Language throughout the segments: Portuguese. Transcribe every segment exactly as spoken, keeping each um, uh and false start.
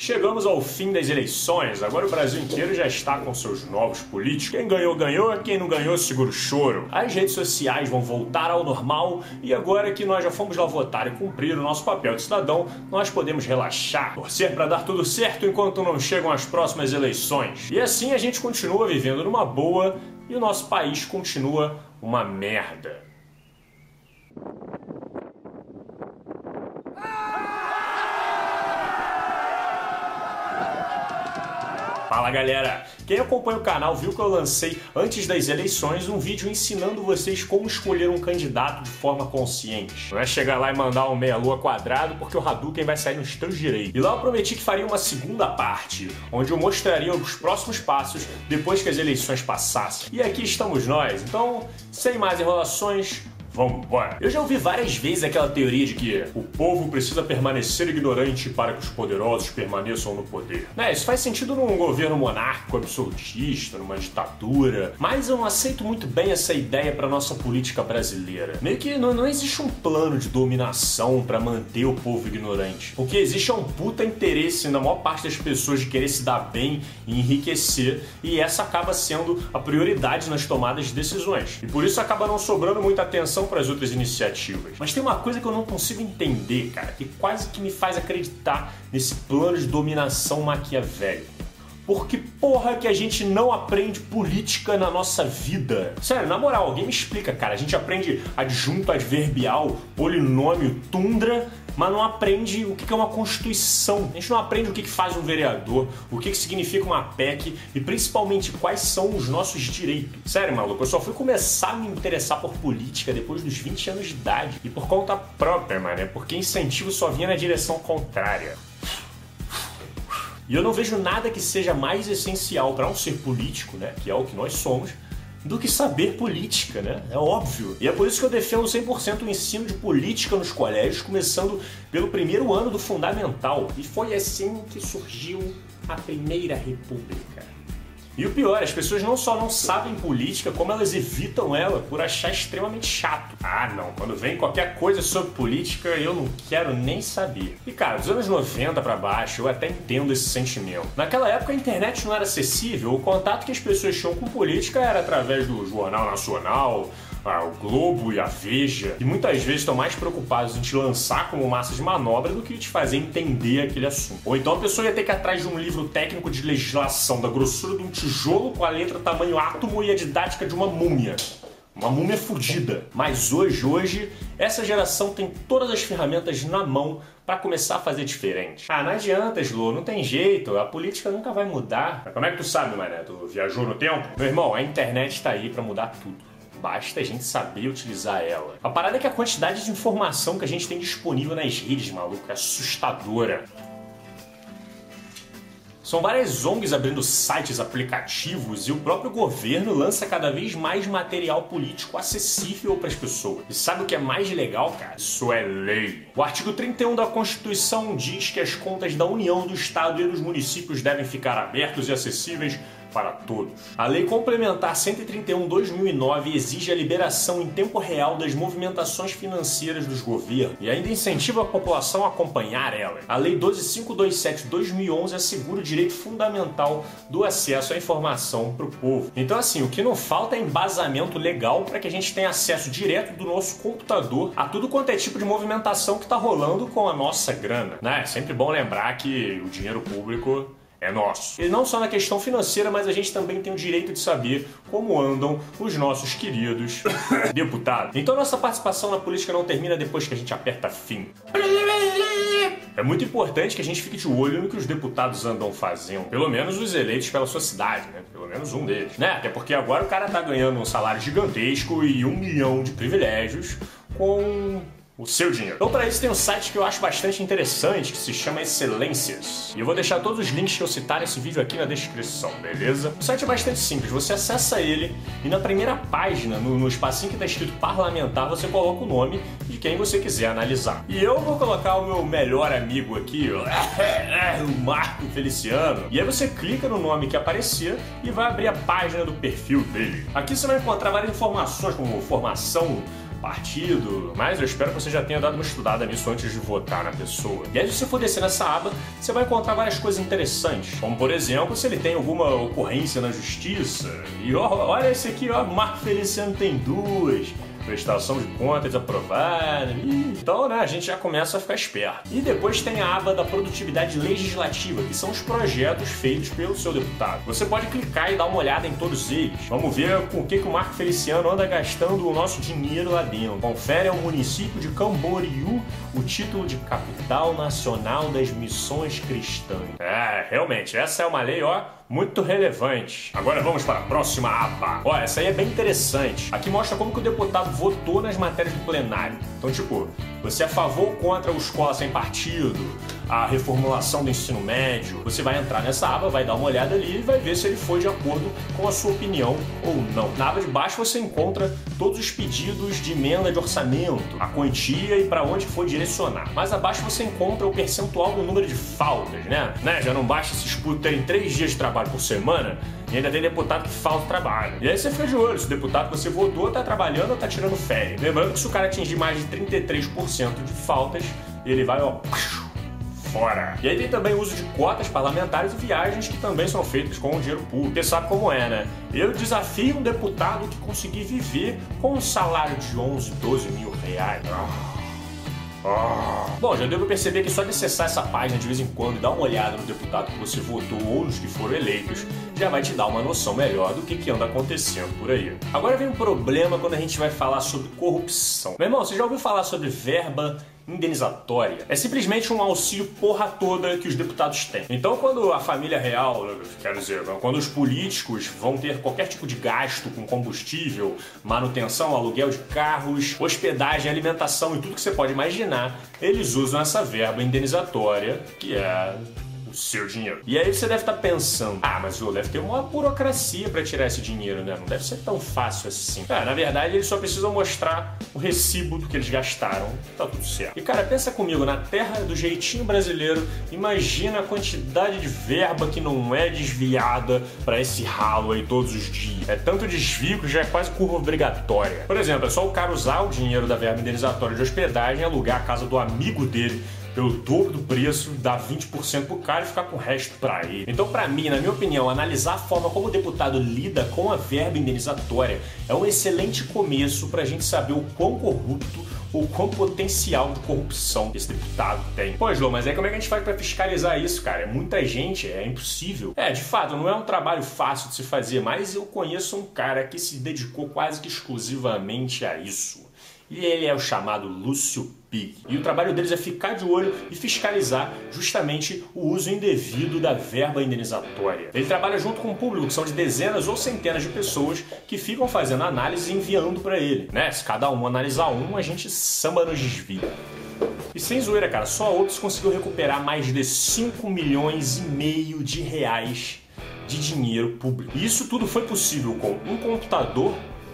Chegamos ao fim das eleições, agora o Brasil inteiro já está com seus novos políticos. Quem ganhou, ganhou, quem não ganhou, segura o choro. As redes sociais vão voltar ao normal e agora que nós já fomos lá votar e cumprir o nosso papel de cidadão, nós podemos relaxar, torcer para dar tudo certo enquanto não chegam as próximas eleições. E assim a gente continua vivendo numa boa e o nosso país continua uma merda. Fala galera, quem acompanha o canal viu que eu lancei antes das eleições um vídeo ensinando vocês como escolher um candidato de forma consciente. Não é chegar lá e mandar um meia lua quadrado porque o Hadouken vai sair nos teus direitos. E lá eu prometi que faria uma segunda parte, onde eu mostraria os próximos passos depois que as eleições passassem. E aqui estamos nós, então sem mais enrolações, vambora! Eu já ouvi várias vezes aquela teoria de que o povo precisa permanecer ignorante para que os poderosos permaneçam no poder. Né, isso faz sentido num governo monárquico absolutista, numa ditadura, mas eu não aceito muito bem essa ideia para nossa política brasileira. Meio que não, não existe um plano de dominação para manter o povo ignorante. O que existe é um puta interesse na maior parte das pessoas de querer se dar bem e enriquecer, e essa acaba sendo a prioridade nas tomadas de decisões. E por isso acaba não sobrando muita atenção para as outras iniciativas. Mas tem uma coisa que eu não consigo entender, cara, que quase que me faz acreditar nesse plano de dominação maquiavélico. Por que porra que a gente não aprende política na nossa vida? Sério, na moral, alguém me explica, cara. A gente aprende adjunto adverbial, polinômio, tundra, mas não aprende o que é uma constituição. A gente não aprende o que faz um vereador, o que significa uma P E C e principalmente quais são os nossos direitos. Sério, maluco, eu só fui começar a me interessar por política depois dos vinte anos de idade. E por conta própria, mano, é porque incentivo só vinha na direção contrária. E eu não vejo nada que seja mais essencial para um ser político, né, que é o que nós somos, do que saber política, né? É óbvio. E é por isso que eu defendo cem por cento o ensino de política nos colégios, começando pelo primeiro ano do fundamental. E foi assim que surgiu a Primeira República. E o pior, as pessoas não só não sabem política, como elas evitam ela por achar extremamente chato. Ah não, quando vem qualquer coisa sobre política, eu não quero nem saber. E cara, dos anos noventa pra baixo, eu até entendo esse sentimento. Naquela época a internet não era acessível, o contato que as pessoas tinham com política era através do Jornal Nacional, Ah, o Globo e a Veja, e muitas vezes estão mais preocupados em te lançar como massa de manobra do que te fazer entender aquele assunto. Ou então a pessoa ia ter que ir atrás de um livro técnico de legislação da grossura de um tijolo com a letra tamanho átomo e a didática de uma múmia. Uma múmia fudida. Mas hoje, hoje, essa geração tem todas as ferramentas na mão para começar a fazer diferente. Ah, não adianta, Slo, não tem jeito, a política nunca vai mudar. Mas como é que tu sabe, mané? Tu viajou no tempo? Meu irmão, a internet tá aí para mudar tudo. Basta a gente saber utilizar ela. A parada é que a quantidade de informação que a gente tem disponível nas redes, maluco, é assustadora. São várias O N Gs abrindo sites, aplicativos e o próprio governo lança cada vez mais material político acessível para as pessoas. E sabe o que é mais legal, cara? Isso é lei. O artigo trinta e um da Constituição diz que as contas da União, do Estado e dos municípios devem ficar abertos e acessíveis para todos. A Lei Complementar cento e trinta e um de dois mil e nove exige a liberação em tempo real das movimentações financeiras dos governos e ainda incentiva a população a acompanhar ela. A Lei doze mil quinhentos e vinte e sete de dois mil e onze assegura o direito fundamental do acesso à informação para o povo. Então assim, o que não falta é embasamento legal para que a gente tenha acesso direto do nosso computador a tudo quanto é tipo de movimentação que está rolando com a nossa grana. Né? É sempre bom lembrar que o dinheiro público é nosso. E não só na questão financeira, mas a gente também tem o direito de saber como andam os nossos queridos deputados. Então nossa participação na política não termina depois que a gente aperta fim. É muito importante que a gente fique de olho no que os deputados andam fazendo. Pelo menos os eleitos pela sua cidade, né? Pelo menos um deles. Né? Até porque agora o cara tá ganhando um salário gigantesco e um milhão de privilégios com o seu dinheiro. Então para isso tem um site que eu acho bastante interessante, que se chama Excelências. E eu vou deixar todos os links que eu citar nesse vídeo aqui na descrição, beleza? O site é bastante simples, você acessa ele e na primeira página, no, no espacinho que está escrito parlamentar, você coloca o nome de quem você quiser analisar. E eu vou colocar o meu melhor amigo aqui, o Marco Feliciano. E aí você clica no nome que aparecer e vai abrir a página do perfil dele. Aqui você vai encontrar várias informações como formação, partido, mas eu espero que você já tenha dado uma estudada nisso antes de votar na pessoa. E aí, se você for descer nessa aba, você vai encontrar várias coisas interessantes, como por exemplo, se ele tem alguma ocorrência na justiça. E ó, olha esse aqui, ó, Marco Feliciano tem duas. Prestação de contas aprovada. Então, né, a gente já começa a ficar esperto. E depois tem a aba da produtividade legislativa, que são os projetos feitos pelo seu deputado. Você pode clicar e dar uma olhada em todos eles. Vamos ver com o que, que o Marco Feliciano anda gastando o nosso dinheiro lá dentro. Confere ao município de Camboriú o título de Capital Nacional das Missões Cristãs. É, realmente, essa é uma lei, ó, muito relevante. Agora vamos para a próxima aba. Ó, essa aí é bem interessante. Aqui mostra como que o deputado votou nas matérias do plenário. Então, tipo, você é a favor ou contra o escola sem partido, a reformulação do ensino médio? Você vai entrar nessa aba, vai dar uma olhada ali e vai ver se ele foi de acordo com a sua opinião ou não. Na aba de baixo você encontra todos os pedidos de emenda de orçamento, a quantia e para onde foi direcionar. Mais abaixo você encontra o percentual do número de faltas, né? né? Já não basta esses putos terem três dias de trabalho por semana e ainda tem deputado que falta trabalho. E aí você fica de olho se o deputado que você votou tá trabalhando ou tá tirando férias. Lembrando que se o cara atingir mais de trinta e três por cento de faltas, ele vai, ó, fora. E aí tem também o uso de cotas parlamentares e viagens que também são feitas com o dinheiro público. Você sabe como é, né? Eu desafio um deputado que conseguir viver com um salário de onze, doze mil reais. Ah. Bom, já deu pra perceber que só de acessar essa página de vez em quando e dar uma olhada no deputado que você votou ou nos que foram eleitos, já vai te dar uma noção melhor do que, que anda acontecendo por aí. Agora vem um problema quando a gente vai falar sobre corrupção. Meu irmão, você já ouviu falar sobre verba indenizatória? É simplesmente um auxílio porra toda que os deputados têm. Então, quando a família real, quero dizer, quando os políticos vão ter qualquer tipo de gasto com combustível, manutenção, aluguel de carros, hospedagem, alimentação e tudo que você pode imaginar, eles usam essa verba indenizatória, que é seu dinheiro. E aí você deve estar pensando, ah, mas ô, deve ter uma burocracia para tirar esse dinheiro, né? Não deve ser tão fácil assim. Cara, na verdade, eles só precisam mostrar o recibo do que eles gastaram, tá tudo certo. E cara, pensa comigo, na terra do jeitinho brasileiro, imagina a quantidade de verba que não é desviada para esse ralo aí todos os dias. É tanto desvio que já é quase curva obrigatória. Por exemplo, é só o cara usar o dinheiro da verba indenizatória de hospedagem e alugar a casa do amigo dele pelo dobro do preço, dar vinte por cento pro cara e ficar com o resto pra ele. Então, pra mim, na minha opinião, analisar a forma como o deputado lida com a verba indenizatória é um excelente começo pra gente saber o quão corrupto ou quão potencial de corrupção esse deputado tem. Pô, João, mas aí como é que a gente faz pra fiscalizar isso, cara? É muita gente, é impossível. É, de fato, não é um trabalho fácil de se fazer, mas eu conheço um cara que se dedicou quase que exclusivamente a isso. E ele é o chamado Lúcio Pig. E o trabalho deles é ficar de olho e fiscalizar justamente o uso indevido da verba indenizatória. Ele trabalha junto com um público que são de dezenas ou centenas de pessoas que ficam fazendo análise e enviando para ele, né? Se cada um analisar um, a gente samba nos desvia. E sem zoeira, cara, só a Ops conseguiu recuperar mais de cinco milhões e meio de reais de dinheiro público. E isso tudo foi possível com um computador,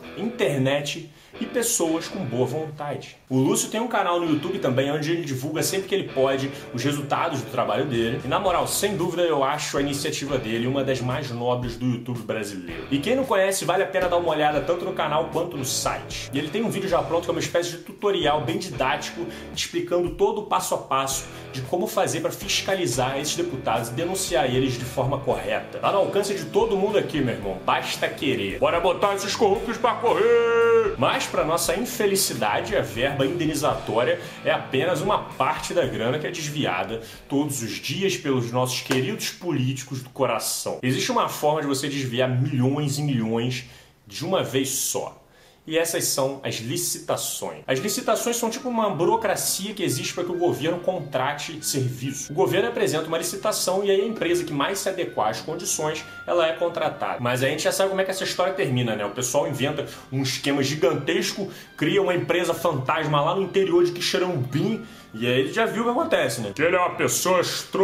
internet e pessoas com boa vontade. O Lúcio tem um canal no YouTube também, onde ele divulga sempre que ele pode os resultados do trabalho dele. E na moral, sem dúvida, eu acho a iniciativa dele uma das mais nobres do YouTube brasileiro. E quem não conhece, vale a pena dar uma olhada tanto no canal quanto no site. E ele tem um vídeo já pronto que é uma espécie de tutorial bem didático, explicando todo o passo a passo de como fazer para fiscalizar esses deputados e denunciar eles de forma correta. Tá no alcance de todo mundo aqui, meu irmão. Basta querer. Bora botar esses corruptos pra correr! Mas, para nossa infelicidade, a verba indenizatória é apenas uma parte da grana que é desviada todos os dias pelos nossos queridos políticos do coração. Existe uma forma de você desviar milhões e milhões de uma vez só. E essas são as licitações. As licitações são tipo uma burocracia que existe para que o governo contrate serviço. O governo apresenta uma licitação e aí a empresa que mais se adequar às condições, ela é contratada. Mas a gente já sabe como é que essa história termina, né? O pessoal inventa um esquema gigantesco, cria uma empresa fantasma lá no interior de Quixeramobim, e aí ele já viu o que acontece, né? Que ele é uma pessoa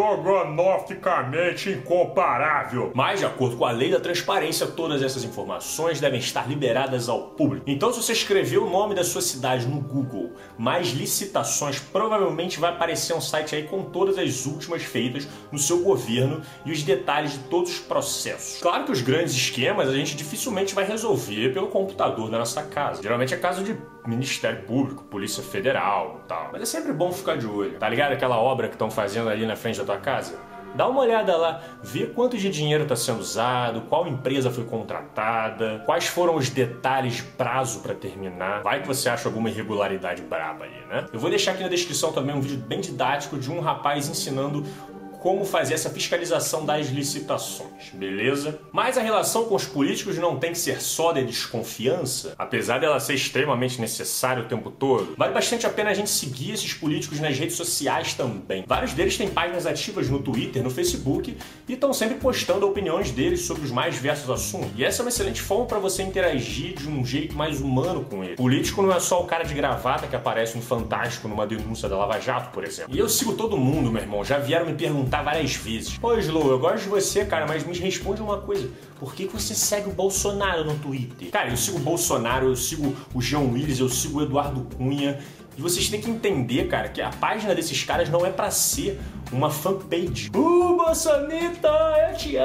estrogonoficamente incomparável. Mas, de acordo com a lei da transparência, todas essas informações devem estar liberadas ao público. Então, se você escrever o nome da sua cidade no Google, mais licitações, provavelmente vai aparecer um site aí com todas as últimas feitas no seu governo e os detalhes de todos os processos. Claro que os grandes esquemas a gente dificilmente vai resolver pelo computador da nossa casa. Geralmente é caso de Ministério Público, Polícia Federal e tal. Mas é sempre bom ficar de olho. Tá ligado aquela obra que estão fazendo ali na frente da tua casa? Dá uma olhada lá, vê quanto de dinheiro está sendo usado, qual empresa foi contratada, quais foram os detalhes de prazo para terminar. Vai que você acha alguma irregularidade braba aí, né? Eu vou deixar aqui na descrição também um vídeo bem didático de um rapaz ensinando como fazer essa fiscalização das licitações, beleza? Mas a relação com os políticos não tem que ser só de desconfiança, apesar dela ser extremamente necessária o tempo todo. Vale bastante a pena a gente seguir esses políticos nas redes sociais também. Vários deles têm páginas ativas no Twitter, no Facebook e estão sempre postando opiniões deles sobre os mais diversos assuntos. E essa é uma excelente forma para você interagir de um jeito mais humano com ele. Político não é só o cara de gravata que aparece no Fantástico numa denúncia da Lava Jato, por exemplo. E eu sigo todo mundo, meu irmão. Já vieram me perguntar várias vezes: pô, Slow, eu gosto de você, cara, mas me responde uma coisa. Por que você segue o Bolsonaro no Twitter? Cara, eu sigo o Bolsonaro, eu sigo o João Willis, eu sigo o Eduardo Cunha. E vocês têm que entender, cara, que a página desses caras não é pra ser uma fanpage. Uh, Bolsonita, eu te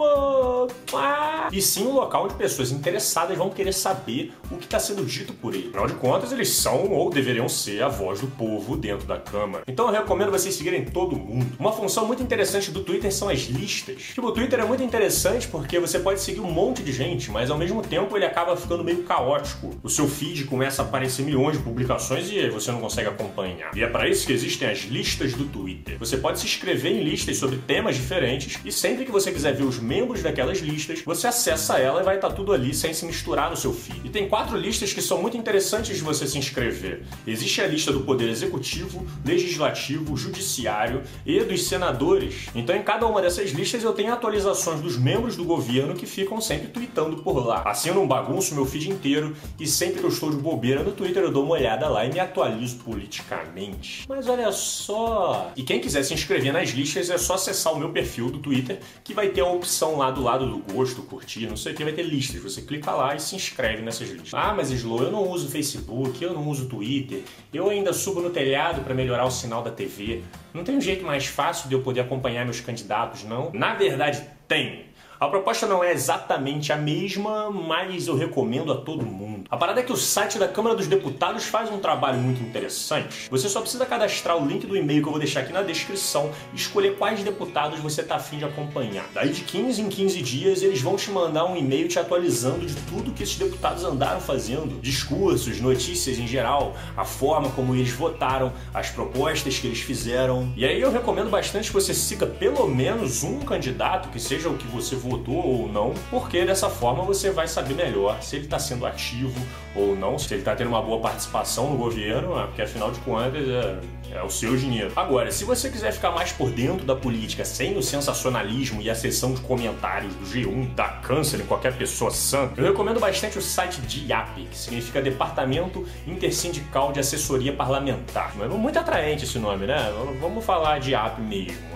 amo! Ah! E sim um local onde pessoas interessadas vão querer saber o que está sendo dito por ele. Afinal de contas, eles são ou deveriam ser a voz do povo dentro da Câmara. Então eu recomendo vocês seguirem todo mundo. Uma função muito interessante do Twitter são as listas. Tipo, o Twitter é muito interessante porque você pode seguir um monte de gente, mas ao mesmo tempo ele acaba ficando meio caótico. O seu feed começa a aparecer milhões de publicações e você não consegue acompanhar. E é para isso que existem as listas do Twitter. Você pode se inscrever em listas sobre temas diferentes e sempre que você quiser ver os membros daquelas listas, você acessa ela e vai estar tudo ali sem se misturar no seu feed. E tem quatro listas que são muito interessantes de você se inscrever. Existe a lista do Poder Executivo, Legislativo, Judiciário e dos senadores. Então em cada uma dessas listas eu tenho atualizações dos membros do governo que ficam sempre tweetando por lá. Assim eu não bagunço meu feed inteiro e sempre que eu estou de bobeira no Twitter eu dou uma olhada lá e me atualizo politicamente. Mas olha só... E quem quiser se inscrever nas listas é só acessar o meu perfil do Twitter, que vai ter a opção lá do lado do gosto, curtir, não sei o que, vai ter listas. Você clica lá e se inscreve nessas listas. Ah, mas Slow, eu não uso Facebook, eu não uso Twitter, eu ainda subo no telhado para melhorar o sinal da T V. Não tem um jeito mais fácil de eu poder acompanhar meus candidatos, não? Na verdade, tem. A proposta não é exatamente a mesma, mas eu recomendo a todo mundo. A parada é que o site da Câmara dos Deputados faz um trabalho muito interessante. Você só precisa cadastrar o link do e-mail que eu vou deixar aqui na descrição e escolher quais deputados você tá afim de acompanhar. Daí de quinze em quinze dias eles vão te mandar um e-mail te atualizando de tudo que esses deputados andaram fazendo. Discursos, notícias em geral, a forma como eles votaram, as propostas que eles fizeram. E aí eu recomendo bastante que você siga pelo menos um candidato, que seja o que você votou ou não, porque dessa forma você vai saber melhor se ele está sendo ativo ou não, se ele está tendo uma boa participação no governo, porque afinal de contas é, é o seu dinheiro. Agora, se você quiser ficar mais por dentro da política, sem o sensacionalismo e a seção de comentários do G um, da câncer em qualquer pessoa sã, eu recomendo bastante o site D I A P, que significa Departamento Intersindical de Assessoria Parlamentar. Não é muito atraente esse nome, né? Vamos falar de D I A P mesmo.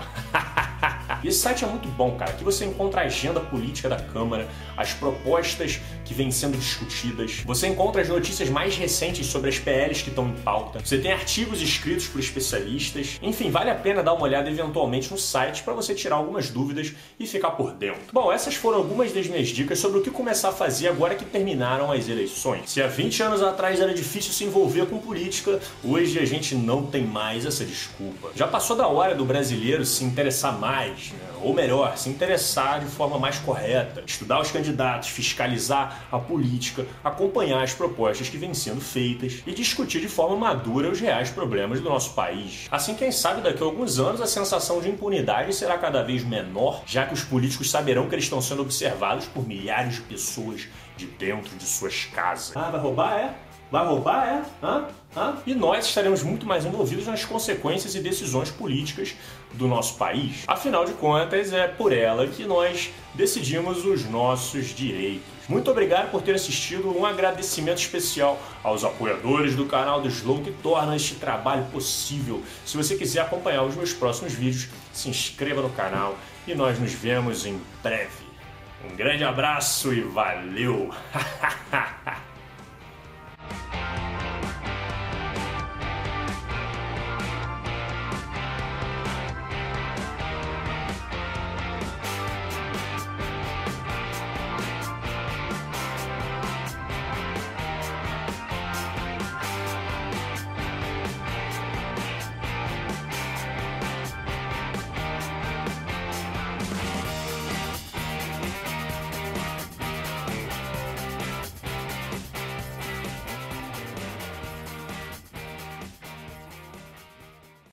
E esse site é muito bom, cara. Aqui você encontra a agenda política da Câmara, as propostas que vêm sendo discutidas. Você encontra as notícias mais recentes sobre as P Ls que estão em pauta. Você tem artigos escritos por especialistas. Enfim, vale a pena dar uma olhada eventualmente no site para você tirar algumas dúvidas e ficar por dentro. Bom, essas foram algumas das minhas dicas sobre o que começar a fazer agora que terminaram as eleições. Se há vinte anos atrás era difícil se envolver com política, hoje a gente não tem mais essa desculpa. Já passou da hora do brasileiro se interessar mais, né? Ou melhor, se interessar de forma mais correta, estudar os candidatos, fiscalizar a política, acompanhar as propostas que vêm sendo feitas e discutir de forma madura os reais problemas do nosso país. Assim, quem sabe daqui a alguns anos a sensação de impunidade será cada vez menor, já que os políticos saberão que eles estão sendo observados por milhares de pessoas de dentro de suas casas. Ah, vai roubar, é? Vai roubar, é? Hã? Hã? E nós estaremos muito mais envolvidos nas consequências e decisões políticas do nosso país. Afinal de contas, é por ela que nós decidimos os nossos direitos. Muito obrigado por ter assistido, um agradecimento especial aos apoiadores do canal do Slow que tornam este trabalho possível. Se você quiser acompanhar os meus próximos vídeos, se inscreva no canal e nós nos vemos em breve. Um grande abraço e valeu!